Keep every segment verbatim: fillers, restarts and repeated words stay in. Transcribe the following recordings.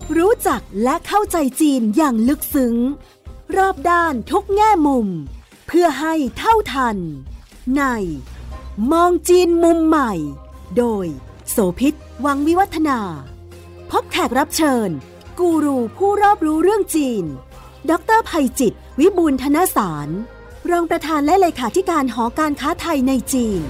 รู้จักและเข้าใจจีนอย่างลึกซึ้งรอบด้านทุกแง่มุมเพื่อให้เท่าทันในมองจีนมุมใหม่โดยโสภิต วังวิวัฒนาพบแขกรับเชิญกูรูผู้รอบรู้เรื่องจีนดร.ไพจิตร วิบูลย์ธนสารรองประธานและเลขาธิการหอการค้าไทยในจีน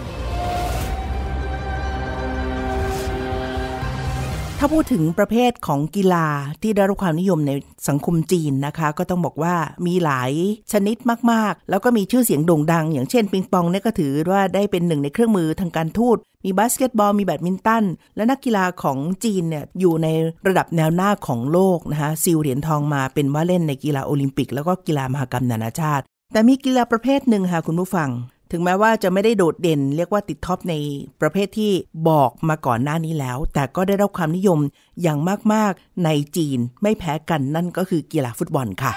ถ้าพูดถึงประเภทของกีฬาที่ได้รับความนิยมในสังคมจีนนะคะก็ต้องบอกว่ามีหลายชนิดมากๆแล้วก็มีชื่อเสียงโด่งดังอย่างเช่นปิงปองเนี่ยก็ถือว่าได้เป็นหนึ่งในเครื่องมือทางการทูตมีบาสเกตบอลมีแบดมินตันและนักกีฬาของจีนเนี่ยอยู่ในระดับแนวหน้าของโลกนะคะซิลเหรียญทองมาเป็นว่าเล่นในกีฬาโอลิมปิกแล้วก็กีฬามหกรรมนานาชาติแต่มีกีฬาประเภทหนึ่งค่ะคุณผู้ฟังถึงแม้ว่าจะไม่ได้โดดเด่นเรียกว่าติดท็อปในประเภทที่บอกมาก่อนหน้านี้แล้วแต่ก็ได้รับความนิยมอย่างมากๆในจีนไม่แพ้กันนั่นก็คือกีฬาฟุตบอลค่ะ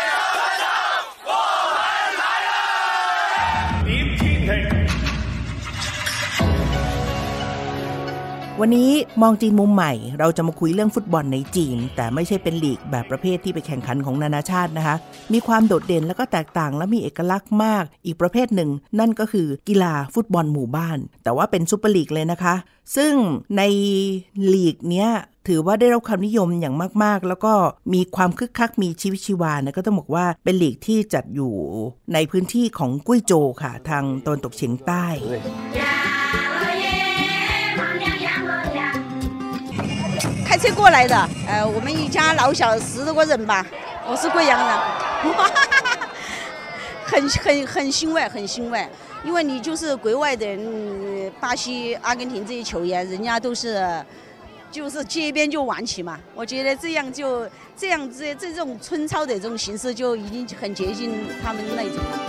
วันนี้มองจีนมุมใหม่เราจะมาคุยเรื่องฟุตบอลในจีนแต่ไม่ใช่เป็นลีกแบบประเภทที่ไปแข่งขันของนานาชาตินะคะมีความโดดเด่นแล้วก็แตกต่างและมีเอกลักษณ์มากอีกประเภทหนึ่งนั่นก็คือกีฬาฟุตบอลหมู่บ้านแต่ว่าเป็นซุปเปอร์ลีกเลยนะคะซึ่งในลีกเนี้ยถือว่าได้รับความนิยมอย่างมากๆแล้วก็มีความคึกคักมีชีวิตชีวานะก็ต้องบอกว่าเป็นลีกที่จัดอยู่ในพื้นที่ของกุ้ยโจวค่ะทางตะวันตกเฉียงใต้开车过来的，呃，我们一家老小十多个人吧，我是贵阳人，很很很欣慰，很欣慰，因为你就是国外的人，巴西、阿根廷这些球员，人家都是就是街边就玩起嘛，我觉得这样就这样子这种春操的这种形式就已经很接近他们那种了。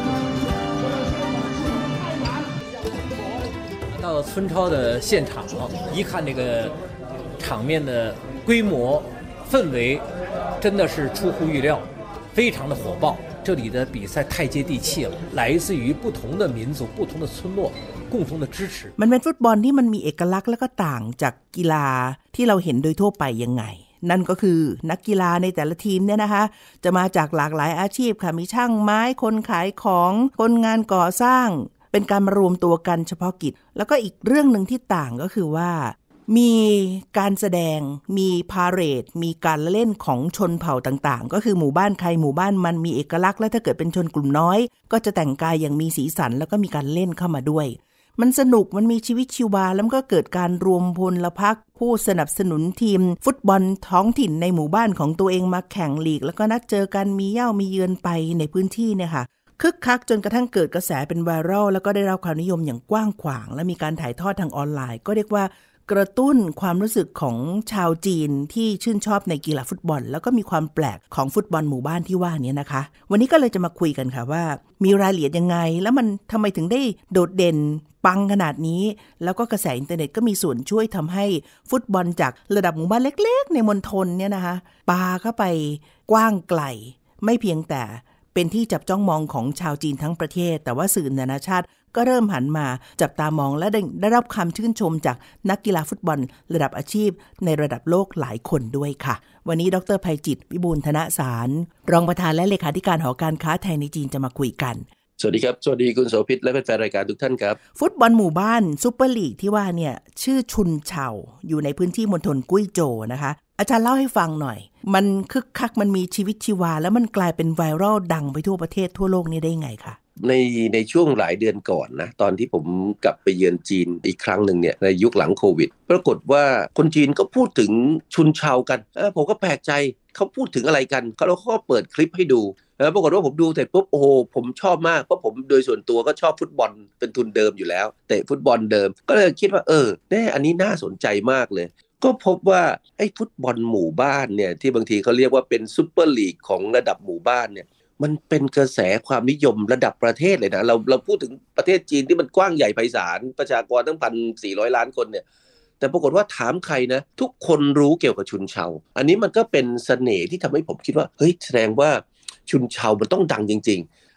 到春操的现场，一看那个。场面的规模氛围真的是出乎预料非常的火爆这里的比赛太接地气了来自于不同的民族不同的村落共同的支持มันเป็นฟุตบอลที่มันมีเอกลักษณ์และก็ต่างจากกีฬาที่เราเห็นโดยทั่วไปยังไงนั่นก็คือนักกีฬาในแต่ละทีมเนี่ยนะคะจะมาจากหลากหลายอาชีพค่ะมีช่างไม้คนขายของคนงานก่อสร้างเป็นการมารวมตัวกันเฉพาะกิจแล้วก็อีกเรื่องนึงที่ต่างก็คือว่ามีการแสดงมีพาเหรดมีการเล่นของชนเผ่าต่างๆก็คือหมู่บ้านใครหมู่บ้านมันมีเอกลักษณ์และถ้าเกิดเป็นชนกลุ่มน้อยก็จะแต่งกายอย่างมีสีสันแล้วก็มีการเล่นเข้ามาด้วยมันสนุกมันมีชีวิตชีวาแล้วก็เกิดการรวมพลพรรคผู้สนับสนุนทีมฟุตบอลท้องถิ่นในหมู่บ้านของตัวเองมาแข่งลีกแล้วก็นัดเจอกันมีเย่ามีเยือนไปในพื้นที่เนี่ยค่ะคึกคักจนกระทั่งเกิดกระแสเป็นไวรัลแล้วก็ได้รับความนิยมอย่างกว้างขวางและมีการถ่ายทอดทางออนไลน์ก็เรียกว่ากระตุ้นความรู้สึกของชาวจีนที่ชื่นชอบในกีฬาฟุตบอลแล้วก็มีความแปลกของฟุตบอลหมู่บ้านที่ว่านี้นะคะวันนี้ก็เลยจะมาคุยกันค่ะว่ามีรายละเอียดยังไงแล้วมันทำไมถึงได้โดดเด่นปังขนาดนี้แล้วก็กระแสอินเทอร์เน็ตก็มีส่วนช่วยทำให้ฟุตบอลจากระดับหมู่บ้านเล็กๆในมณฑลเนี่ยนะคะปาเข้าไปกว้างไกลไม่เพียงแต่เป็นที่จับจ้องมองของชาวจีนทั้งประเทศแต่ว่าสื่อนานาชาติก็เริ่มหันมาจับตามองและได้รับคำชื่นชมจากนักกีฬาฟุตบอลระดับอาชีพในระดับโลกหลายคนด้วยค่ะวันนี้ดร.ไพจิตร วิบูลย์ธนสารรองประธานและเลขาธิการหอการค้าไทยในจีนจะมาคุยกันสวัสดีครับสวัสดีคุณโสภิตและแฟนรายการทุกท่านครับฟุตบอลหมู่บ้านซุปเปอร์ลีกที่ว่าเนี่ยชื่อชุนเฉาอยู่ในพื้นที่มณฑลกุ้ยโจวนะคะอาจารย์เล่าให้ฟังหน่อยมันคึกคักมันมีชีวิตชีวาแล้วมันกลายเป็นไวรัลดังไปทั่วประเทศทั่วโลกนี่ได้ไงคะในในช่วงหลายเดือนก่อนนะตอนที่ผมกลับไปเยือนจีนอีกครั้งหนึ่งเนี่ยในยุคหลังโควิดปรากฏว่าคนจีนก็พูดถึงชุนเฉากันเออผมก็แปลกใจเขาพูดถึงอะไรกันเขาแล้วก็เปิดคลิปให้ดูแล้วปรากฏว่าผมดูเสร็จปุ๊บโอ้โหผมชอบมากเพราะผมโดยส่วนตัวก็ชอบฟุตบอลเป็นทุนเดิมอยู่แล้วเตะฟุตบอลเดิมก็เลยคิดว่าเออแน่อันนี้น่าสนใจมากเลยก็พบว่าไอ้ฟุตบอลหมู่บ้านเนี่ยที่บางทีเขาเรียกว่าเป็นซุปเปอร์ลีกของระดับหมู่บ้านเนี่ยมันเป็นกระแสความนิยมระดับประเทศเลยนะเราเราพูดถึงประเทศจีนที่มันกว้างใหญ่ไพศาลประชากรตั้ง หนึ่งพันสี่ร้อย ล้านคนเนี่ยแต่ปรากฏว่าถามใครนะทุกคนรู้เกี่ยวกับชุนเฉาอันนี้มันก็เป็นเสน่ห์ที่ทำให้ผมคิดว่าเฮ้ยแสดงว่าชุนเฉามันต้องดังจริงๆ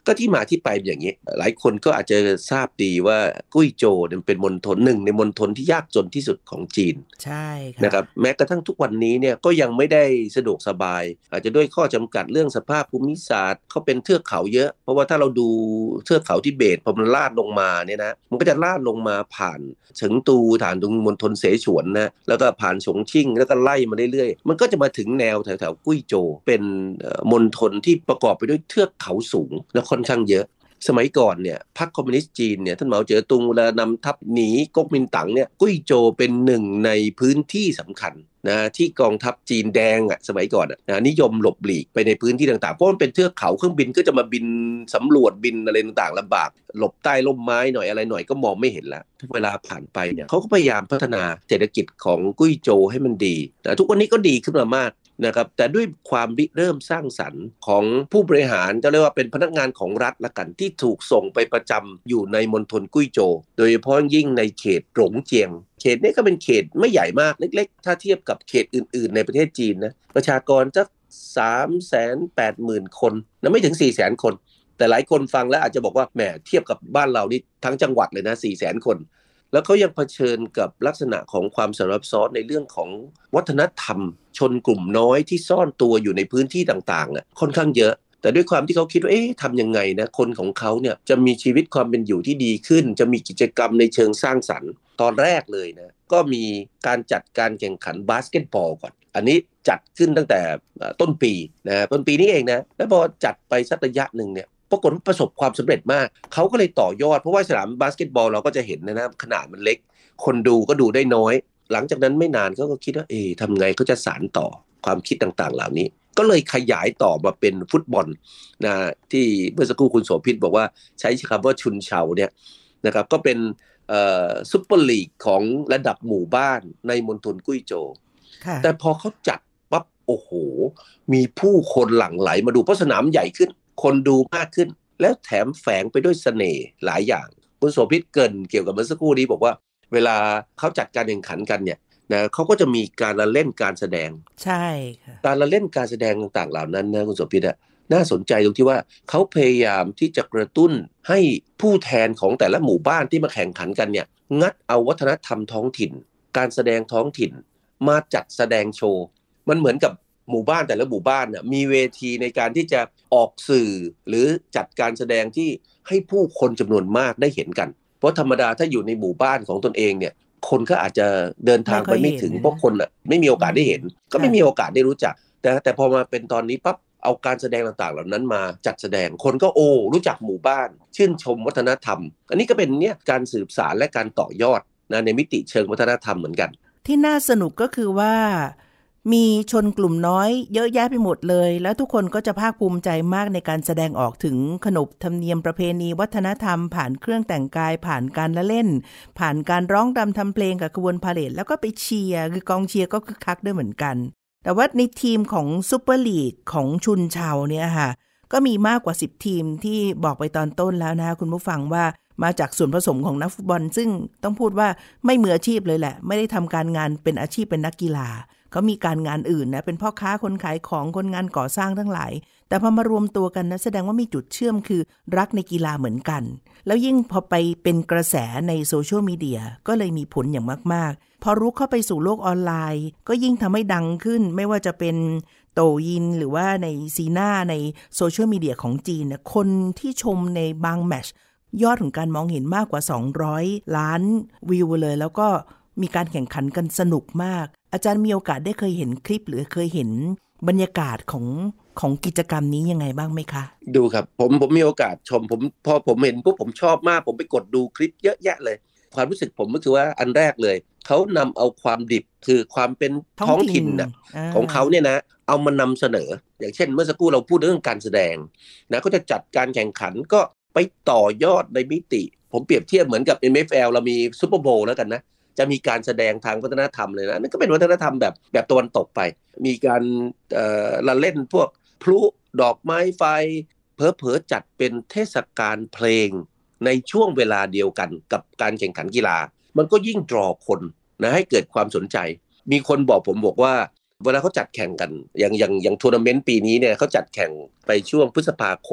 ก็ที่มาที่ไปอย่างนี้หลายคนก็อาจจะทราบดีว่ากุ้ยโจวเป็นมณฑลหนึ่งในมณฑลที่ยากจนที่สุดของจีนใช่ค่ะนะครับแม้กระทั่งทุกวันนี้เนี่ยก็ยังไม่ได้สะดวกสบายอาจจะด้วยข้อจำกัดเรื่องสภาพภูมิศาสตร์เขาเป็นเทือกเขาเยอะเพราะว่าถ้าเราดูเทือกเขาทิเบตพอมันลาดลงมาเนี่ยนะมันก็จะลาดลงมาผ่านเฉิงตูผ่านตรงมณฑลเสฉวนนะแล้วก็ผ่านฉงชิ่งแล้วก็ไล่มาเรื่อยๆมันก็จะมาถึงแนวแถวๆกุ้ยโจวเป็นมณฑลที่ประกอบไปด้วยเทือกเขาสูงและค่อนข้างเยอะสมัยก่อนเนี่ยพรรคคอมมิวนิสต์จีนเนี่ยท่านเหมาเจ๋อตุงเวลานำทัพหนีก๊กมินตั๋งเนี่ยกุ้ยโจวเป็นหนึ่งในพื้นที่สำคัญนะที่กองทัพจีนแดงอ่ะสมัยก่อนอ่ะนะนิยมหลบหลีกไปในพื้นที่ต่างๆเพราะมันเป็นเทือกเขาเครื่องบินก็จะมาบินสำรวจบินอะไรต่างๆลำบากหลบใต้ร่มไม้หน่อยอะไรหน่อยก็มองไม่เห็นแล้วเวลาผ่านไปเนี่ยเขาก็พยายามพัฒนาเศรษฐกิจของกุ้ยโจวให้มันดีนะทุกวันนี้ก็ดีขึ้นมามากนะครับแต่ด้วยความริเริ่มสร้างสรรค์ของผู้บริหารจะเรียกว่าเป็นพนักงานของรัฐละกันที่ถูกส่งไปประจำอยู่ในมณฑลกุ้ยโจวโดยเฉพาะยิ่งในเขตหลงเจียงเขตนี้ก็เป็นเขตไม่ใหญ่มากเล็กๆถ้าเทียบกับเขตอื่นๆในประเทศจีนนะประชากรสัก สามแสนแปดหมื่น คนนะไม่ถึง สี่แสน คนแต่หลายคนฟังแล้วอาจจะบอกว่าแหมเทียบกับบ้านเรานี่ทั้งจังหวัดเลยนะ สี่แสน คนแล้วเขายังเผชิญกับลักษณะของความสลับซ้อนในเรื่องของวัฒนธรรมชนกลุ่มน้อยที่ซ่อนตัวอยู่ในพื้นที่ต่างๆน่ะค่อนข้างเยอะแต่ด้วยความที่เขาคิดว่าเอ๊ะทำยังไงนะคนของเขาเนี่ยจะมีชีวิตความเป็นอยู่ที่ดีขึ้นจะมีกิจกรรมในเชิงสร้างสรรค์ตอนแรกเลยนะก็มีการจัดการแข่งขันบาสเกตบอลก่อนอันนี้จัดขึ้นตั้งแต่ต้นปีนะต้นปีนี้เองนะแล้วพอจัดไปสักระยะหนึ่งเนี่ยปรากฏว่าประสบความสำเร็จมากเขาก็เลยต่อยอดเพราะว่าสนามบาสเกตบอลเราก็จะเห็นนะนะขนาดมันเล็กคนดูก็ดูได้น้อยหลังจากนั้นไม่นานเขาก็คิดว่าเอ๊ะทำไงเขาจะสานต่อความคิดต่างๆเหล่านี้ก็เลยขยายต่อมาเป็นฟุตบอลนะที่เมื่อสักครู่คุณโสภิตบอกว่าใช้คำว่าชุนเฉาเนี่ยนะครับก็เป็นเอ่อซุปเปอร์ลีกของระดับหมู่บ้านในมณฑลกุ้ยโจวแต่พอเขาจัดปั๊บโอ้โหมีผู้คนหลั่งไหลมาดูเพราะสนามใหญ่ขึ้นคนดูมากขึ้นแล้วแถมแฝงไปด้วยเสน่ห์หลายอย่างคุณโสภิตเกริ่นเกี่ยวกับเมื่อสักครู่นี้บอกว่าเวลาเขาจัดการแข่งขันกันเนี่ยนะเขาก็จะมีการละเล่นการแสดงใช่ค่ะการละเล่นการแสดงต่างๆเหล่านั้นนะคุณโสภิตอะน่าสนใจตรงที่ว่าเขาพยายามที่จะกระตุ้นให้ผู้แทนของแต่ละหมู่บ้านที่มาแข่งขันกันเนี่ยงัดเอาวัฒนธรรมท้องถิ่นการแสดงท้องถิ่นมาจัดแสดงโชว์มันเหมือนกับหมู่บ้านแต่ละหมู่บ้านน่ะมีเวทีในการที่จะออกสื่อหรือจัดการแสดงที่ให้ผู้คนจำนวนมากได้เห็นกันเพราะธรรมดาถ้าอยู่ในหมู่บ้านของตนเองเนี่ยคนก็อาจจะเดินทางไปไม่ถึงเพราะคนอ่ะไม่มีโอกาสได้เห็นก็ไม่มีโอกาสได้รู้จักแต่แต่พอมาเป็นตอนนี้ปั๊บเอาการแสดงต่างๆเหล่านั้นมาจัดแสดงคนก็โอ้รู้จักหมู่บ้านชื่นชมวัฒนธรรมอันนี้ก็เป็นเนี่ยการสืบสานและการต่อยอดนะในมิติเชิงวัฒนธรรมเหมือนกันที่น่าสนุกก็คือว่ามีชนกลุ่มน้อยเยอะแยะไปหมดเลยแล้วทุกคนก็จะภาคภูมิใจมากในการแสดงออกถึงขนบธรรมเนียมประเพณีวัฒนธรรมผ่านเครื่องแต่งกายผ่านการละเล่นผ่านการร้องรำทำเพลงกับขบวนพาเหรดแล้วก็ไปเชียร์คือกองเชียร์ก็คึกคักด้วยเหมือนกันแต่ว่าในทีมของซุปเปอร์ลีกของชุนเฉาเนี่ยค่ะก็มีมากกว่าสิบทีมที่บอกไปตอนต้นแล้วนะคุณผู้ฟังว่ามาจากส่วนผสมของนักฟุตบอลซึ่งต้องพูดว่าไม่มืออาชีพเลยแหละไม่ได้ทำการงานเป็นอาชีพเป็นนักกีฬาเขามีการงานอื่นนะเป็นพ่อค้าคนขายของคนงานก่อสร้างทั้งหลายแต่พอมารวมตัวกันนะแสดงว่ามีจุดเชื่อมคือรักในกีฬาเหมือนกันแล้วยิ่งพอไปเป็นกระแสในโซเชียลมีเดียก็เลยมีผลอย่างมากๆพอรุกเข้าไปสู่โลกออนไลน์ก็ยิ่งทำให้ดังขึ้นไม่ว่าจะเป็นโตยินหรือว่าในซีน่าในโซเชียลมีเดียของจีนนะคนที่ชมในบางแมตช์ยอดของการมองเห็นมากกว่าสองร้อยล้านวิวเลยแล้วก็มีการแข่งขันกันสนุกมากอาจารย์มีโอกาสได้เคยเห็นคลิปหรือเคยเห็นบรรยากาศของของกิจกรรมนี้ยังไงบ้างไหมคะดูครับผมผมมีโอกาสชมผมพอผมเห็นปุ๊บผมชอบมากผมไปกดดูคลิปเยอะแยะเลยความรู้สึกผมก็คือว่าอันแรกเลยเขานำเอาความดิบคือความเป็นท้องถิ่นนะของเขาเนี่ยนะเอามานำเสนออย่างเช่นเมื่อสักครู่เราพูดเรื่องการแสดงนะเขาจะจัดการแข่งขันก็ไปต่อยอดในมิติผมเปรียบเทียบเหมือนกับ เอ็น เอฟ แอล เรามีซุปเปอร์โบว์แล้วกันนะจะมีการแสดงทางวัฒนธรรมเลยนะนั่นก็เป็นวัฒนธรรมแบบแบบตะวันตกไปมีการเอ่อละเล่นพวกพลุดอกไม้ไฟเผลอๆจัดเป็นเทศกาลเพลงในช่วงเวลาเดียวกันกับการแข่งขันกีฬามันก็ยิ่งดรอคนนะให้เกิดความสนใจมีคนบอกผมบอกว่าเวลาเขาจัดแข่งกันอย่างอย่างอย่างทัวร์นาเมนต์ปีนี้เนี่ยเขาจัดแข่งไปช่วงพฤษภาคม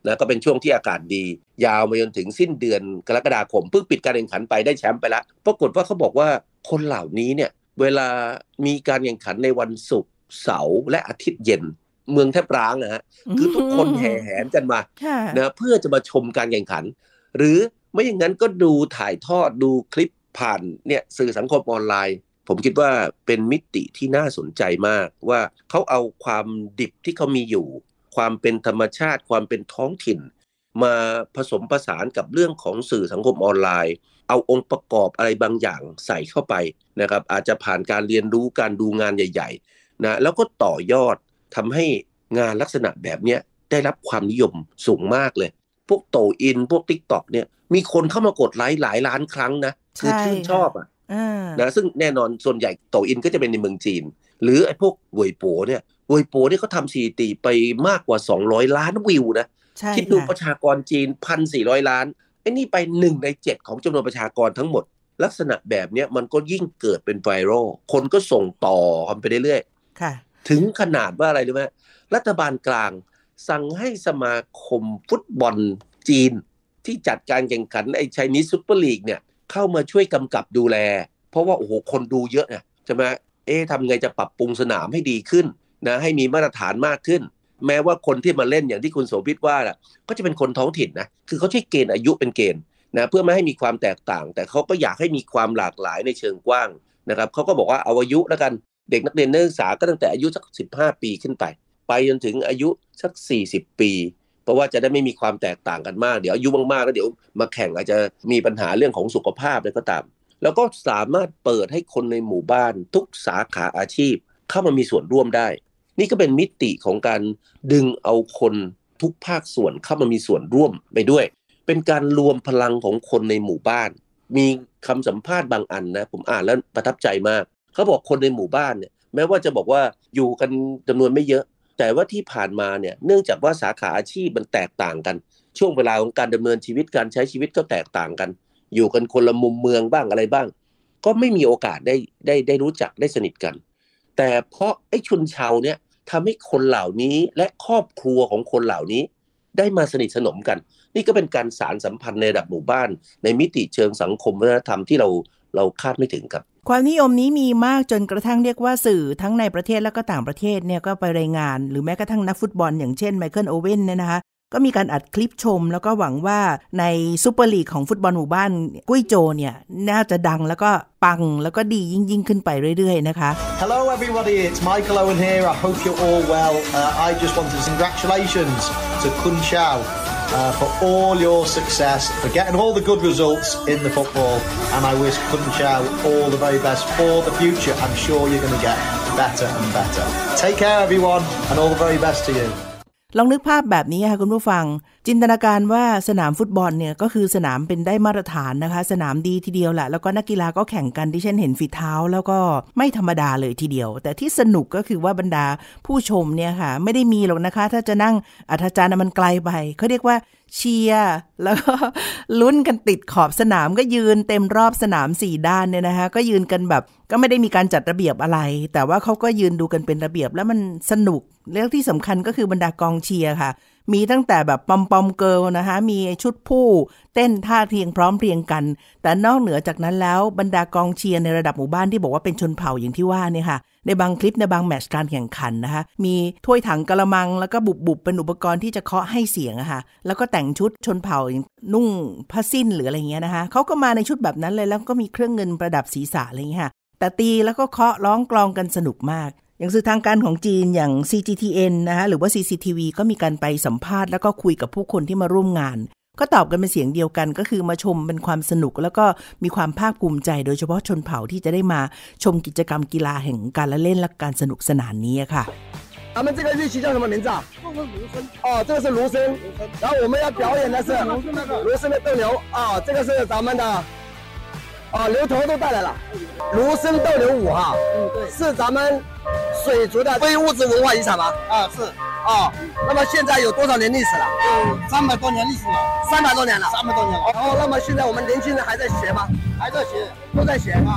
นะก็เป็นช่วงที่อากาศดียาวมาจนถึงสิ้นเดือนกรกฎาคมเพิ่งปิดการแข่งขันไปได้แชมป์ไปแล้วปรากฏว่าเขาบอกว่าคนเหล่านี้เนี่ยเวลามีการแข่งขันในวันศุกร์เสาร์และอาทิตย์เย็นเมืองแทบร้างนะฮะคือทุกคนแห่แหนกันมานะเพื่อจะมาชมการแข่งขันหรือไม่อย่างนั้นก็ดูถ่ายทอดดูคลิปผ่านเนี่ยสื่อสังคมออนไลน์ผมคิดว่าเป็นมิติที่น่าสนใจมากว่าเขาเอาความดิบที่เขามีอยู่ความเป็นธรรมชาติความเป็นท้องถิ่นมาผสมผสานกับเรื่องของสื่อสังคมออนไลน์เอาองค์ประกอบอะไรบางอย่างใส่เข้าไปนะครับอาจจะผ่านการเรียนรู้การดูงานใหญ่ๆนะแล้วก็ต่อยอดทำให้งานลักษณะแบบนี้ได้รับความนิยมสูงมากเลยพวกโตอินพวก TikTok เนี่ยมีคนเข้ามากดไลค์หลายล้านครั้งนะคือชื่นชอบอ่ะนะซึ่งแน่นอนส่วนใหญ่โตอินก็จะเป็นในเมืองจีนหรือไอ้พวกเว่ยโป๋เนี่ยเว่ยโป๋เนี่ยเขาทำสถิติไปมากกว่าสองร้อยล้านวิวนะคิดดูประชากรจีน หนึ่งพันสี่ร้อย ล้านไอ้นี่ไปหนึ่งในเจ็ดของจำนวนประชากรทั้งหมดลักษณะแบบนี้มันก็ยิ่งเกิดเป็นไวรัลคนก็ส่งต่อกันไปเรื่อยๆถึงขนาดว่าอะไรรู้ไหมรัฐบาลกลางสั่งให้สมาคมฟุตบอลจีนที่จัดการแข่งขันไอ้ไชนีสซุปเปอร์ลีกเนี่ยเข้ามาช่วยกำกับดูแลเพราะว่าโอ้โหคนดูเยอะไงใช่ไหมเอ๊ะทำไงจะปรับปรุงสนามให้ดีขึ้นนะให้มีมาตรฐานมากขึ้นแม้ว่าคนที่มาเล่นอย่างที่คุณโสภิตว่าน่ะก็จะเป็นคนท้องถิ่นนะคือเขาใช้เกณฑ์อายุเป็นเกณฑ์นะเพื่อไม่ให้มีความแตกต่างแต่เขาก็อยากให้มีความหลากหลายในเชิงกว้างนะครับเขาก็บอกว่าเอาอายุแล้วกันเด็กนักเรียนนักศึกษาก็ตั้งแต่อายุสักสิบห้าปีขึ้นไปไปจนถึงอายุสักสี่สิบปีเพราะว่าจะได้ไม่มีความแตกต่างกันมากเดี๋ยวอายุมากๆแล้วเดี๋ยวมาแข่งอาจจะมีปัญหาเรื่องของสุขภาพอะไรก็ตามแล้วก็สามารถเปิดให้คนในหมู่บ้านทุกสาขาอาชีพเข้ามามีส่วนร่วมได้นี่ก็เป็นมิติของการดึงเอาคนทุกภาคส่วนเข้ามามีส่วนร่วมไปด้วยเป็นการรวมพลังของคนในหมู่บ้านมีคำสัมภาษณ์บางอันนะผมอ่านแล้วประทับใจมากเขาบอกคนในหมู่บ้านเนี่ยแม้ว่าจะบอกว่าอยู่กันจำนวนไม่เยอะแต่ว่าที่ผ่านมาเนี่ยเนื่องจากว่าสาขาอาชีพมันแตกต่างกันช่วงเวลาของการดำเนินชีวิตการใช้ชีวิตก็แตกต่างกันอยู่กันคนละมุมเมืองบ้างอะไรบ้างก็ไม่มีโอกาสได้ได้ได้รู้จักได้สนิทกันแต่เพราะไอ้ชุนเชาเนี่ยทำให้คนเหล่านี้และครอบครัวของคนเหล่านี้ได้มาสนิทสนมกันนี่ก็เป็นการสานสัมพันธ์ในระดับหมู่บ้านในมิติเชิงสังคมวัฒนธรรมที่เราเราคาดไม่ถึงครับความนิยมนี้มีมากจนกระทั่งเรียกว่าสื่อทั้งในประเทศและก็ต่างประเทศเนี่ยก็ไปรายงานหรือแม้กระทั่งนักฟุตบอลอย่างเช่นไมเคิลโอเว่นเนี่ยนะคะก็มีการอัดคลิปชมแล้วก็หวังว่าในซุปเปอร์ลีกของฟุตบอลหมู่บ้านกุ้ยโจวเนี่ยน่าจะดังแล้วก็ปังแล้วก็ดียิ่งๆขึ้นไปเรื่อยๆนะคะ Hello everybody, it's Michael Owen here. I hope you're all well. Uh, I just wanted to congratulations to Kun Chao uh, for all your success, for getting all the good results in the football, and I wish Kun Chao all the very best for the future. I'm sure you're going to get better and better. Take care everyone, and all the very best to you. ลองนึกภาพแบบนี้ค่ะคุณผู้ฟังจินตนาการว่าสนามฟุตบอลเนี่ยก็คือสนามเป็นได้มาตรฐานนะคะสนามดีทีเดียวแหละแล้วก็นักกีฬาก็แข่งกันที่ฉันเห็นฝีเท้าแล้วก็ไม่ธรรมดาเลยทีเดียวแต่ที่สนุกก็คือว่าบรรดาผู้ชมเนี่ยค่ะไม่ได้มีหรอกนะคะถ้าจะนั่งอัธจันทร์มันไกลไปเขาเรียกว่าเชียร์แล้วก็ลุ้นกันติดขอบสนามก็ยืนเต็มรอบสนามสี่ด้านเนี่ยนะคะก็ยืนกันแบบก็ไม่ได้มีการจัดระเบียบอะไรแต่ว่าเขาก็ยืนดูกันเป็นระเบียบแล้วมันสนุกเรื่องที่สำคัญก็คือบรรดากองเชียร์ค่ะมีตั้งแต่แบบปอมปอมเกิร์ลนะคะมีชุดผู้เต้นท่าเทียงพร้อมเพรียงกันแต่นอกเหนือจากนั้นแล้วบรรดากองเชียร์ในระดับหมู่บ้านที่บอกว่าเป็นชนเผ่าอย่างที่ว่าเนี่ยค่ะในบางคลิปในบางแมตช์การแข่งขันนะคะมีถ้วยถังกะละมังแล้วก็บุบๆเป็นอุปกรณ์ที่จะเคาะให้เสียงอะค่ะแล้วก็แต่งชุดชนเผ่านุ่งผ้าสิ้นหรืออะไรเงี้ยนะคะเขาก็มาในชุดแบบนั้นเลยแล้วก็มีเครื่องเงินประดับศีรษะอะไรเงี้ยค่ะแต่ตีแล้วก็เคาะร้องกลองกันสนุกมากอย่างสื่อทางการของจีนอย่าง ซี จี ที เอ็น นะคะหรือว่า ซี ซี ที วี ก็มีการไปสัมภาษณ์แล้วก็คุยกับผู้คนที่มาร่วมงานก็ตอบกันเป็นเสียงเดียวกันก็คือมาชมเป็นความสนุกแล้วก็มีความภาคภูมิใจโดยเฉพาะชนเผ่าที่จะได้มาชมกิจกรรมกีฬาแห่งการละเล่นและการสนุกสนานนี้ค่ะ咱们这个乐器叫什么名字啊？哦，这个是芦笙。然后我们要表演的是芦笙的斗牛啊，这个是咱们的啊牛头都带来了。芦笙斗牛舞哈，嗯对，是咱们水族的非物质文化遗产吗？啊是。哦，那么现在有多少年历史了？有三百多年历史了。三百多年了。三百多年了。哦，那么现在我们年轻人还在学吗？还在学，都在学啊。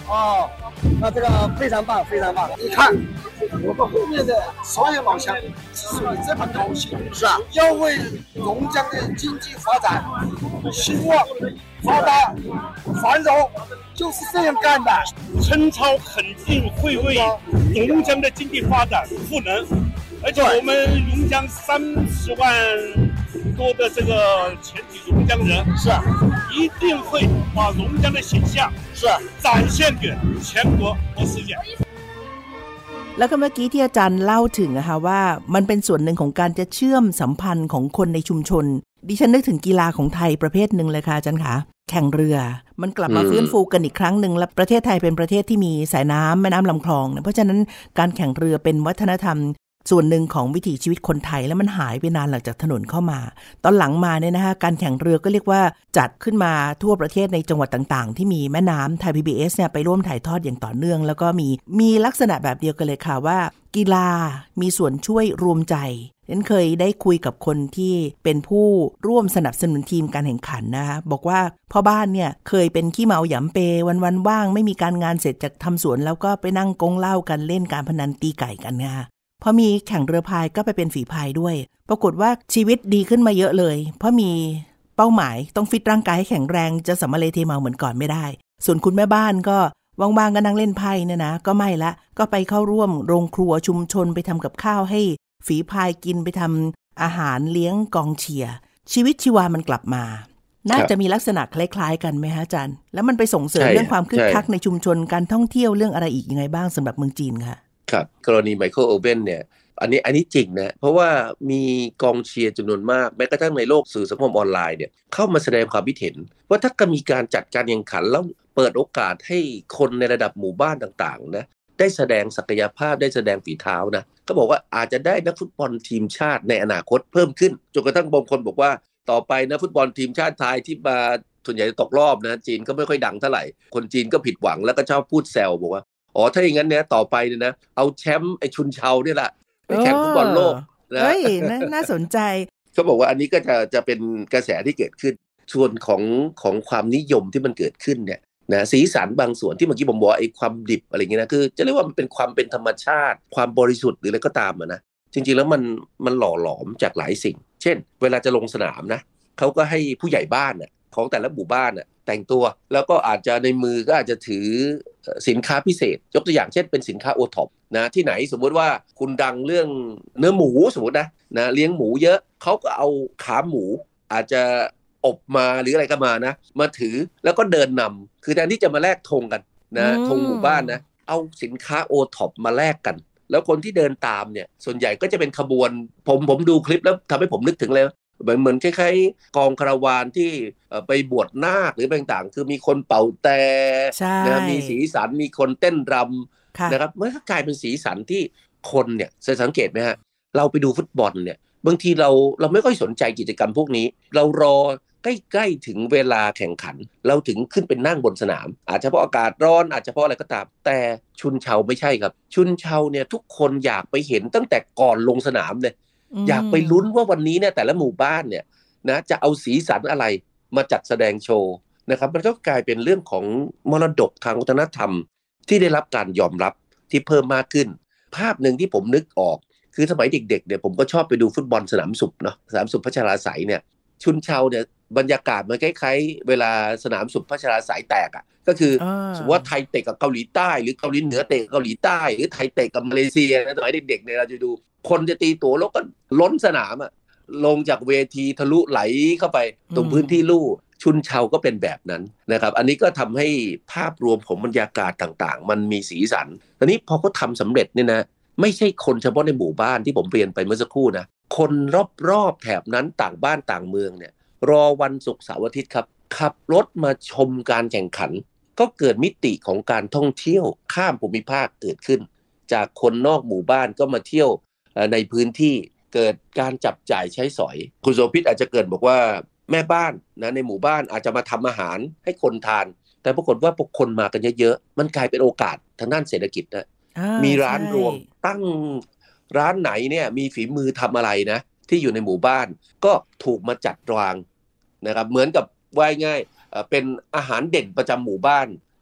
哦，那这个非常棒，非常棒！你看，我们后面的所有老乡之所以这么高兴，是啊，要为龙江的经济发展、兴旺、发达、繁荣，就是这样干的。 陈超肯定会为龙江的经济发展赋能，而且我们龙江三十万多的这个全体龙江人，是一定会把龙江的形象是展现给全国和世界。 แล้วก็เมื่อกี้ที่อาจารย์เล่าถึงนะคะว่ามันเป็นส่วนหนึ่งของการจะเชื่อมสัมพันธ์ของคนในชุมชนดิฉันนึกถึงกีฬาของไทยประเภทหนึ่งเลยค่ะอาจารย์คะแข่งเรือมันกลับมาฟื้นฟูกันอีกครั้งหนึ่งและประเทศไทยเป็นประเทศที่มีสายน้ำแม่น้ำลำคลองเพราะฉะนั้นการแข่งเรือเป็นวัฒนธรรมส่วนหนึ่งของวิถีชีวิตคนไทยแล้วมันหายไปนานหลังจากถนนเข้ามาตอนหลังมาเนี่ยนะคะการแข่งเรือก็เรียกว่าจัดขึ้นมาทั่วประเทศในจังหวัดต่างๆที่มีแม่น้ำไทย พี บี เอส เนี่ยไปร่วมถ่ายทอดอย่างต่อเนื่องแล้วก็มีมีลักษณะแบบเดียวกันเลยค่ะว่ากีฬามีส่วนช่วยรวมใจฉันเคยได้คุยกับคนที่เป็นผู้ร่วมสนับสนุนทีมการแข่งขันนะคะบอกว่าพ่อบ้านเนี่ยเคยเป็นขี้เมาหยำเปวันๆว่างไม่มีการงานเสร็จจากทำสวนแล้วก็ไปนั่งกงเหล้ากันเล่นการพนันตีไก่กันนะคะพอมีแข่งเรือพายก็ไปเป็นฝีพายด้วยปรากฏว่าชีวิตดีขึ้นมาเยอะเลยเพราะมีเป้าหมายต้องฟิตร่างกายให้แข็งแรงจะสำเร็จเทเมาเหมือนก่อนไม่ได้ส่วนคุณแม่บ้านก็ว่างๆก็นั่งเล่นไพ่เนี่ยนะก็ไม่ละก็ไปเข้าร่วมโรงครัวชุมชนไปทำกับข้าวให้ฝีพายกินไปทำอาหารเลี้ยงกองเชียร์ชีวิตชีวามันกลับมาน่าจะมีลักษณะคล้ายๆกันไหมฮะอาจารย์แล้วมันไปส่งเสริมเรื่องความคึกคักในชุมชนการท่องเที่ยวเรื่องอะไรอีกยังไงบ้างสำหรับเมืองจีนค่ะครับกรณีไมเคิลโอเว่นเนี่ยอันนี้อันนี้จริงนะเพราะว่ามีกองเชียร์จำนวนมากแม้กระทั่งในโลกสื่อสังคมออนไลน์เนี่ยเข้ามาแสดงความคิดเห็นว่าถ้าก็มีการจัดการแข่งขันแล้วเปิดโอกาสให้คนในระดับหมู่บ้านต่างๆนะได้แสดงศักยภาพได้แสดงฝีเท้านะก็บอกว่าอาจจะได้นักฟุตบอลทีมชาติในอนาคตเพิ่มขึ้นจนกระทั่งบางคนบอกว่าต่อไปนะฟุตบอลทีมชาติไทยที่มาส่วนใหญ่ตกรอบนะจีนก็ไม่ค่อยดังเท่าไหร่คนจีนก็ผิดหวังแล้วก็ชอบพูดแซวบอกว่าอ๋อถ้าอย่างนั้นเนี่ยต่อไปเนี่ยนะเอาแชมป์ไอ้ชุนเชาเนี่ยแหละไปแข่งฟุตบอลโลกนะเฮ้ย น่าสนใจเขาบอกว่าอันนี้ก็จะจะเป็นกระแสที่เกิดขึ้นส่วนของของความนิยมที่มันเกิดขึ้นเนี่ยนะสีสันบางส่วนที่เมื่อกี้ผมบอกไอ้ความดิบอะไรอย่างเงี้ยนะคือจะเรียกว่ามันเป็นความเป็นธรรมชาติความบริสุทธิ์หรืออะไรก็ตามอ่ะนะจริงๆแล้วมันมันหล่อหลอมจากหลายสิ่งเช่นเวลาจะลงสนามนะเขาก็ให้ผู้ใหญ่บ้านน่ะของแต่ละหมู่บ้านน่ะแต่งตัวแล้วก็อาจจะในมือก็อาจจะถือสินค้าพิเศษยกตัวอย่างเช่นเป็นสินค้าโอท็อปนะที่ไหนสมมติว่าคุณดังเรื่องเนื้อหมูสมมตินะนะเลี้ยงหมูเยอะเขาก็เอาขาหมูอาจจะอบมาหรืออะไรก็มานะมาถือแล้วก็เดินนำคือแทนที่จะมาแลกธงกันนะธงหมู่บ้านนะเอาสินค้าโอท็อปมาแลกกันแล้วคนที่เดินตามเนี่ยส่วนใหญ่ก็จะเป็นขบวนผมผมดูคลิปแล้วทำให้ผมนึกถึงเลยเหมือนเหมือนคล้ายๆกองคาราวานที่ไปบวชนาคหรือต่างๆคือมีคนเป่าแต่นะมีสีสันมีคนเต้นรำนะครับมันก็กลายเป็นสีสันที่คนเนี่ยสังเกตไหมฮะเราไปดูฟุตบอลเนี่ยบางทีเราเราไม่ค่อยสนใจกิจกรรมพวกนี้เรารอใกล้ๆถึงเวลาแข่งขันเราถึงขึ้นเป็นนั่งบนสนามอาจจะเพราะอากาศร้อนอาจจะเพราะอะไรก็ตามแต่ชุนเชาไม่ใช่ครับชุนเชาเนี่ยทุกคนอยากไปเห็นตั้งแต่ก่อนลงสนามเลยอยากไปลุ้นว่าวันนี้เนี่ยแต่ละหมู่บ้านเนี่ยนะจะเอาสีสันอะไรมาจัดแสดงโชว์นะครับมันก็กลายเป็นเรื่องของมรดกทางวัฒนธรรมที่ได้รับการยอมรับที่เพิ่มมากขึ้นภาพหนึ่งที่ผมนึกออกคือสมัยเด็กๆเนี่ยผมก็ชอบไปดูฟุตบอลสนามสุบเนาะสนามสุบพัชราไสยเนี่ยชุนเชาเนี่ยบรรยากาศมันคล้ายๆเวลาสนามสุบพัชราไสยแตกอ่ะก็คือสมมติว่าไทยเตะกับเกาหลีใต้หรือเกาหลีเหนือเตะกับเกาหลีใต้หรือไทยเตะกับมาเลเซียสมัยเด็กๆเนี่ยเราจะดูคนจะตีตั๋วแล้วก็ล้นสนามอ่ะลงจากเวทีทะลุไหลเข้าไปตรงพื้นที่ลู่ชุนเชาก็เป็นแบบนั้นนะครับอันนี้ก็ทำให้ภาพรวมของบรรยากาศต่างๆมันมีสีสันตอนนี้พอเขาทำสำเร็จเนี่ยนะไม่ใช่คนเฉพาะในหมู่บ้านที่ผมเรียนไปเมื่อสักครู่นะคนรอบๆแถบนั้นต่างบ้านต่างเมืองเนี่ยรอวันศุกร์เสาร์อาทิตย์ครับขับรถมาชมการแข่งขันก็เกิดมิติของการท่องเที่ยวข้ามภูมิภาคเกิดขึ้นจากคนนอกหมู่บ้านก็มาเที่ยวในพื้นที่เกิดการจับจ่ายใช้สอยคุณโสภิตอาจจะเกิดบอกว่าแม่บ้านนะในหมู่บ้านอาจจะมาทำอาหารให้คนทานแต่ปรากฏว่าพวกคนมากันเยอะๆมันกลายเป็นโอกาสทางด้านเศรษฐกิจนะมีร้านรวมตั้งร้านไหนเนี่ยมีฝีมือทำอะไรนะที่อยู่ในหมู่บ้านก็ถูกมาจัดวางนะครับเหมือนกับว่าง่ายเป็นอาหารเด่นประจำหมู่บ้าน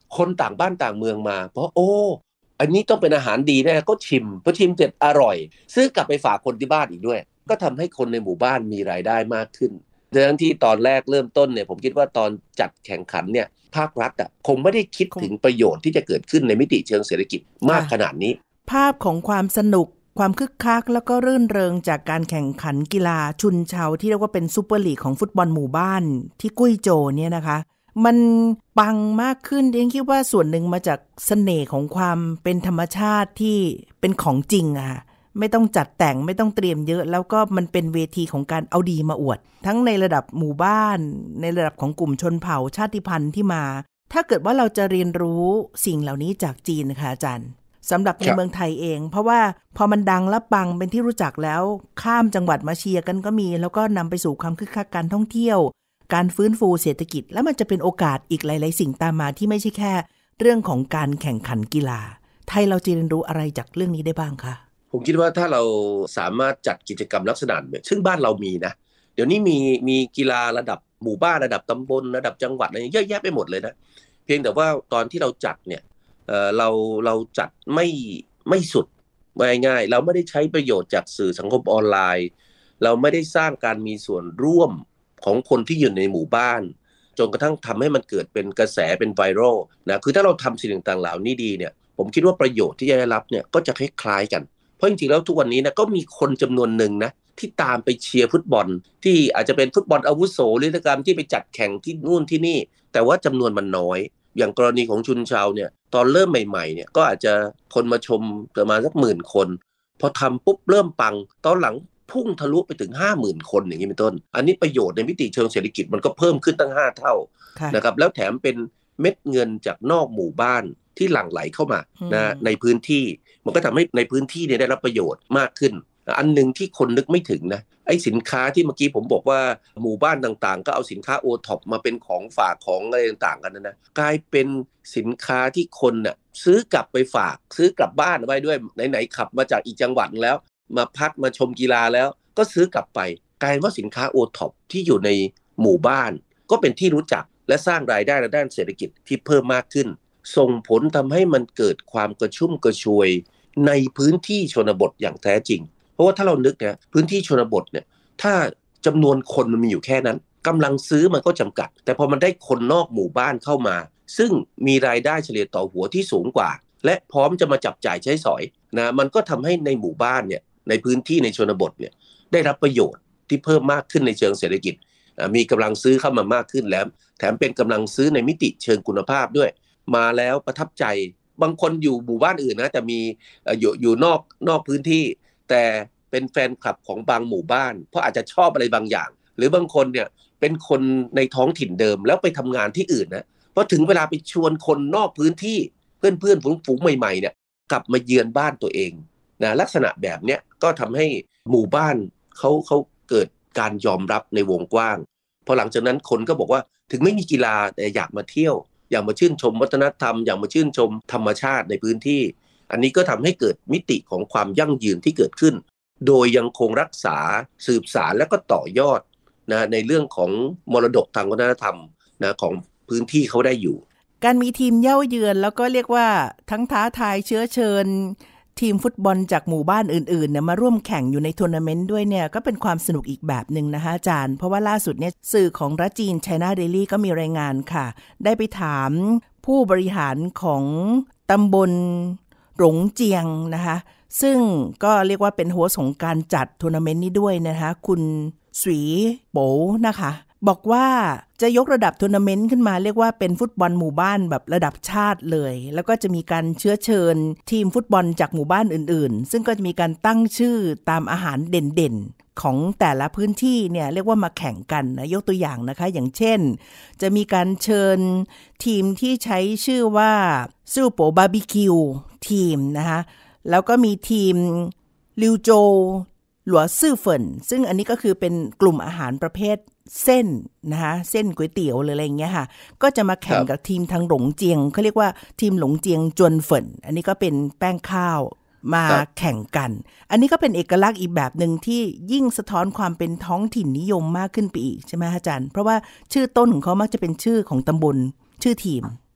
คนต่างบ้านต่างเมืองมาเพราะโอ้อันนี้ต้องเป็นอาหารดีแน่ก็ชิมพอชิมเสร็จอร่อยซื้อกลับไปฝากคนที่บ้านอีกด้วยก็ทำให้คนในหมู่บ้านมีรายได้มากขึ้นดังนั้นที่ตอนแรกเริ่มต้นเนี่ยผมคิดว่าตอนจัดแข่งขันเนี่ยภาครัฐอ่ะคงไม่ได้คิดถึงประโยชน์ที่จะเกิดขึ้นในมิติเชิงเศรษฐกิจมากขนาดนี้ภาพของความสนุกความคึกคักแล้วก็รื่นเริงจากการแข่งขันกีฬาชุนเชาที่เรียกว่าเป็นซุปเปอร์ลีกของฟุตบอลหมู่บ้านที่กุ้ยโจวเนี่ยนะคะมันปังมากขึ้นดิฉันคิดว่าส่วนหนึ่งมาจากเสน่ห์ของความเป็นธรรมชาติที่เป็นของจริงอะไม่ต้องจัดแต่งไม่ต้องเตรียมเยอะแล้วก็มันเป็นเวทีของการเอาดีมาอวดทั้งในระดับหมู่บ้านในระดับของกลุ่มชนเผ่าชาติพันธุ์ที่มาถ้าเกิดว่าเราจะเรียนรู้สิ่งเหล่านี้จากจีนนะคะอาจารย์สำหรับในเมืองไทยเองเพราะว่าพอมันดังและปังเป็นที่รู้จักแล้วข้ามจังหวัดมาเชียร์กันก็มีแล้วก็นำไปสู่ความคึกคักการท่องเที่ยวการฟื้นฟูเศรษฐกิจแล้วมันจะเป็นโอกาสอีกหลายๆสิ่งตามมาที่ไม่ใช่แค่เรื่องของการแข่งขันกีฬาไทยเราจะเรียนรู้อะไรจากเรื่องนี้ได้บ้างคะผมคิดว่าถ้าเราสามารถจัดกิจกรรมลักษณะแบบซึ่งบ้านเรามีนะเดี๋ยวนี้มีมีกีฬาระดับหมู่บ้านระดับตำบลระดับจังหวัดอะไรเยอะแยะไปหมดเลยนะเพียงแต่ว่าตอนที่เราจัดเนี่ยเอ่อเราเราจัดไม่ไม่สุดง่ายๆเราไม่ได้ใช้ประโยชน์จากสื่อสังคมออนไลน์เราไม่ได้สร้างการมีส่วนร่วมของคนที่อยู่ในหมู่บ้านจนกระทั่งทำให้มันเกิดเป็นกระแสเป็นไวรัลนะคือถ้าเราทำสิ่งต่างๆเหล่านี้ดีเนี่ยผมคิดว่าประโยชน์ที่จะได้รับเนี่ยก็จะคล้ายๆกันเพราะจริงๆแล้วทุกวันนี้นะก็มีคนจำนวนหนึ่งนะที่ตามไปเชียร์ฟุตบอลที่อาจจะเป็นฟุตบอลอาวุโสหรือการที่ไปจัดแข่งที่นู่นที่นี่แต่ว่าจำนวนมันน้อยอย่างกรณีของชุนเชาเนี่ยตอนเริ่มใหม่ๆเนี่ยก็อาจจะคนมาชมประมาณสักหมื่นคนพอทำปุ๊บเริ่มปังตอนหลังพุ่งทะลุไปถึง ห้าหมื่น คนอย่างนี้เป็นต้นอันนี้ประโยชน์ในมิติเชิงเศรษฐกิจมันก็เพิ่มขึ้นตั้งห้าเท่านะครับแล้วแถมเป็นเม็ดเงินจากนอกหมู่บ้านที่หลั่งไหลเข้ามานะในพื้นที่มันก็ทำให้ในพื้นที่เนี่ยได้รับประโยชน์มากขึ้นอันนึงที่คนนึกไม่ถึงนะไอ้สินค้าที่เมื่อกี้ผมบอกว่าหมู่บ้านต่างๆก็เอาสินค้าโอท็อปมาเป็นของฝากของอะไรต่างๆกันนะนะกลายเป็นสินค้าที่คนน่ะซื้อกลับไปฝากซื้อกลับบ้านไว้ด้วยไหนๆขับมาจากอีกจังหวัดแล้วมาพักมาชมกีฬาแล้วก็ซื้อกลับไปกลายว่าสินค้าโอท็อปที่อยู่ในหมู่บ้านก็เป็นที่รู้จักและสร้างรายได้ในด้านเศรษฐกิจที่เพิ่มมากขึ้นส่งผลทำให้มันเกิดความกระชุ่มกระชวยในพื้นที่ชนบทอย่างแท้จริงเพราะว่าถ้าเรานึกเนี่ยพื้นที่ชนบทเนี่ยถ้าจำนวนคนมันมีอยู่แค่นั้นกำลังซื้อมันก็จำกัดแต่พอมันได้คนนอกหมู่บ้านเข้ามาซึ่งมีรายได้เฉลี่ยต่อหัวที่สูงกว่าและพร้อมจะมาจับจ่ายใช้สอยนะมันก็ทำให้ในหมู่บ้านเนี่ยในพื้นที่ในชนบทเนี่ยได้รับประโยชน์ที่เพิ่มมากขึ้นในเชิงเศรษฐกิจมีกำลังซื้อเข้ามามากขึ้นแล้วแถมเป็นกำลังซื้อในมิติเชิงคุณภาพด้วยมาแล้วประทับใจบางคนอยู่หมู่บ้านอื่นนะแต่มีอยู่อยู่นอกนอกพื้นที่แต่เป็นแฟนคลับของบางหมู่บ้านเพราะอาจจะชอบอะไรบางอย่างหรือบางคนเนี่ยเป็นคนในท้องถิ่นเดิมแล้วไปทำงานที่อื่นนะพอถึงเวลาไปชวนคนนอกพื้นที่เพื่อนๆฝูงๆใหม่ๆเนี่ยกลับมาเยือนบ้านตัวเองนะลักษณะแบบเนี้ยก็ทำให้หมู่บ้านเขาเขาเกิดการยอมรับในวงกว้างพอหลังจากนั้นคนก็บอกว่าถึงไม่มีกีฬาแต่อยากมาเที่ยวอยากมาชื่นชมวัฒนธรรมอยากมาชื่นชมธรรมชาติในพื้นที่อันนี้ก็ทำให้เกิดมิติของความยั่งยืนที่เกิดขึ้นโดยยังคงรักษาสืบสานและก็ต่อยอดนะในเรื่องของมรดกทางวัฒนธรรมนะของพื้นที่เขาได้อยู่การมีทีมเย่าเยือนแล้วก็เรียกว่าทั้งท้าทายเชื้อเชิญทีมฟุตบอลจากหมู่บ้านอื่นๆเนี่ยมาร่วมแข่งอยู่ในทัวร์นาเมนต์ด้วยเนี่ยก็เป็นความสนุกอีกแบบนึงนะคะอาจารย์เพราะว่าล่าสุดเนี่ยสื่อของรัฐจีน China Daily ก็มีรายงานค่ะได้ไปถามผู้บริหารของตำบลหลงเจียงนะคะซึ่งก็เรียกว่าเป็นโฮสต์ของการจัดทัวร์นาเมนต์นี้ด้วยนะคะคุณสวีโป๋นะคะบอกว่าจะยกระดับทัวร์นาเมนต์ขึ้นมาเรียกว่าเป็นฟุตบอลหมู่บ้านแบบระดับชาติเลยแล้วก็จะมีการเชื้อเชิญทีมฟุตบอลจากหมู่บ้านอื่นๆซึ่งก็จะมีการตั้งชื่อตามอาหารเด่นๆของแต่ละพื้นที่เนี่ยเรียกว่ามาแข่งกันนะยกตัวอย่างนะคะอย่างเช่นจะมีการเชิญทีมที่ใช้ชื่อว่าซูโปบาร์บีคิวทีมนะคะแล้วก็มีทีมลิวโจหลัวซื่อเฟินซึ่งอันนี้ก็คือเป็นกลุ่มอาหารประเภทเส้นนะคะเส้นก๋วยเตี๋ยวหรืออะไรอย่างเงี้ยค่ะก็จะมาแข่งกับทีมทางหลงเจียงเขาเรียกว่าทีมหลงเจียงจวนเฟินอันนี้ก็เป็นแป้งข้าวมาแข่งกันอันนี้ก็เป็นเอกลักษณ์อีกแบบนึงที่ยิ่งสะท้อนความเป็นท้องถิ่นนิยมมากขึ้นไปอีกใช่ไหมอาจารย์เพราะว่าชื่อต้นของเขามักจะเป็นชื่อของตำบลชื่อทีม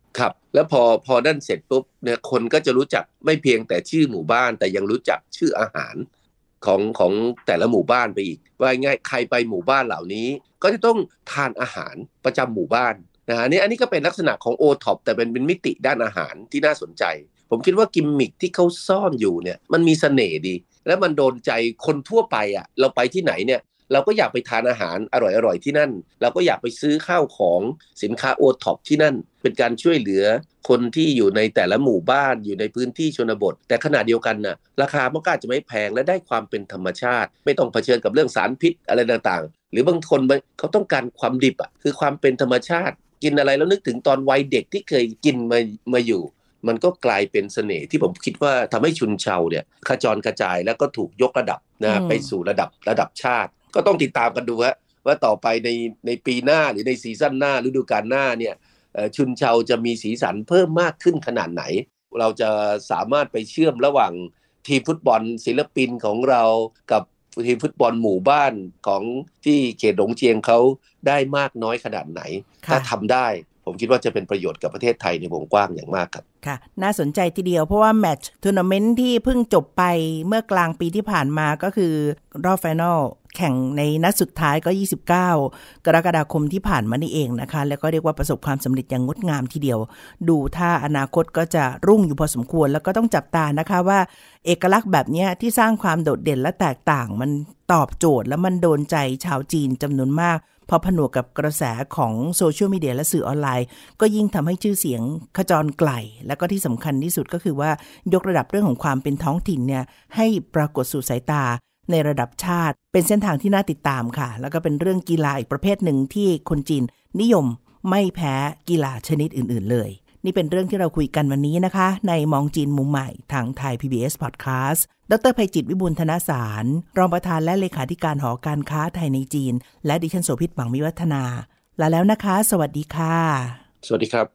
ครับแล้วพอพอนั่นเสร็จปุ๊บเนี่ยคนก็จะรู้จักไม่เพียงแต่ชื่อหมู่บ้านแต่ยังรู้จักชื่ออาหารของของแต่ละหมู่บ้านไปอีกว่าง่ายใครไปหมู่บ้านเหล่านี้ก็จะต้องทานอาหารประจำหมู่บ้านนะฮะนี่อันนี้ก็เป็นลักษณะของ โอ ท็อป แต่เป็นเป็นมิติด้านอาหารที่น่าสนใจผมคิดว่ากิมมิคที่เขาซ่อนอยู่เนี่ยมันมีเสน่ห์ดีและมันโดนใจคนทั่วไปอ่ะเราไปที่ไหนเนี่ยเราก็อยากไปทานอาหารอร่อยๆที่นั่นเราก็อยากไปซื้อข้าวของสินค้า โอ ท็อป ที่นั่นเป็นการช่วยเหลือคนที่อยู่ในแต่ละหมู่บ้านอยู่ในพื้นที่ชนบทแต่ขณะเดียวกันน่ะราคามันก็อาจจะไม่แพงและได้ความเป็นธรรมชาติไม่ต้องเผชิญกับเรื่องสารพิษอะไรต่างๆหรือบางคนเขาต้องการความดิบอ่ะคือความเป็นธรรมชาติกินอะไรแล้วนึกถึงตอนวัยเด็กที่เคยกินมามาอยู่มันก็กลายเป็นเสน่ห์ที่ผมคิดว่าทำให้ชุนเชาเนี่ยขจรกระจายแล้วก็ถูกยกระดับนะไปสู่ระดับระดับชาติก็ต้องติดตามกันดูว่าว่าต่อไปในในปีหน้าหรือในซีซั่นหน้าฤดูกาลหน้าเนี่ยชุนเชาจะมีสีสันเพิ่มมากขึ้นขนาดไหนเราจะสามารถไปเชื่อมระหว่างทีมฟุตบอลศิลปินของเรากับทีมฟุตบอลหมู่บ้านของที่เขตหลงเจียงเขาได้มากน้อยขนาดไหนถ้าทำได้ผมคิดว่าจะเป็นประโยชน์กับประเทศไทยในวงกว้างอย่างมากครับค่ะน่าสนใจทีเดียวเพราะว่าแมตช์ทัวร์นาเมนต์ที่เพิ่งจบไปเมื่อกลางปีที่ผ่านมาก็คือรอบไฟนอลแข่งในนัดสุดท้ายก็ยี่สิบเก้ากรกฎาคมที่ผ่านมานี่เองนะคะแล้วก็เรียกว่าประสบความสำเร็จอย่างงดงามทีเดียวดูถ้าอนาคตก็จะรุ่งอยู่พอสมควรแล้วก็ต้องจับตานะคะว่าเอกลักษณ์แบบนี้ที่สร้างความโดดเด่นและแตกต่างมันตอบโจทย์และมันโดนใจชาวจีนจำนวนมากพอผนวกกับกระแสของโซเชียลมีเดียและสื่อออนไลน์ก็ยิ่งทำให้ชื่อเสียงขจรไกลแล้วก็ที่สำคัญที่สุดก็คือว่ายกระดับเรื่องของความเป็นท้องถิ่นเนี่ยให้ปรากฏสู่สายตาในระดับชาติเป็นเส้นทางที่น่าติดตามค่ะแล้วก็เป็นเรื่องกีฬาอีกประเภทหนึ่งที่คนจีนนิยมไม่แพ้กีฬาชนิดอื่นๆเลยนี่เป็นเรื่องที่เราคุยกันวันนี้นะคะในมองจีนมุมใหม่ทางไทย พี บี เอส Podcast ดร.ไพจิตรวิบูลย์ธนสารรองประธานและเลขาธิการหอการค้าไทยในจีนและดิฉันโสภิต หวังวิวัฒนาลาแล้วนะคะสวัสดีค่ะสวัสดีครับ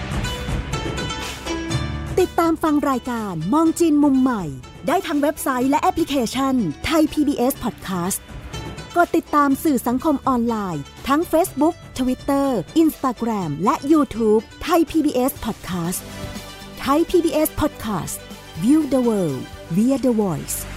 ติดตามฟังรายการมองจีนมุมใหม่ได้ทางเว็บไซต์และแอปพลิเคชันไทย พี บี เอส Podcast กดติดตามสื่อสังคมออนไลน์ทั้ง Facebook Twitter Instagram และ YouTube ไทย พี บี เอส Podcast ไทย พี บี เอส Podcast View the world via the voice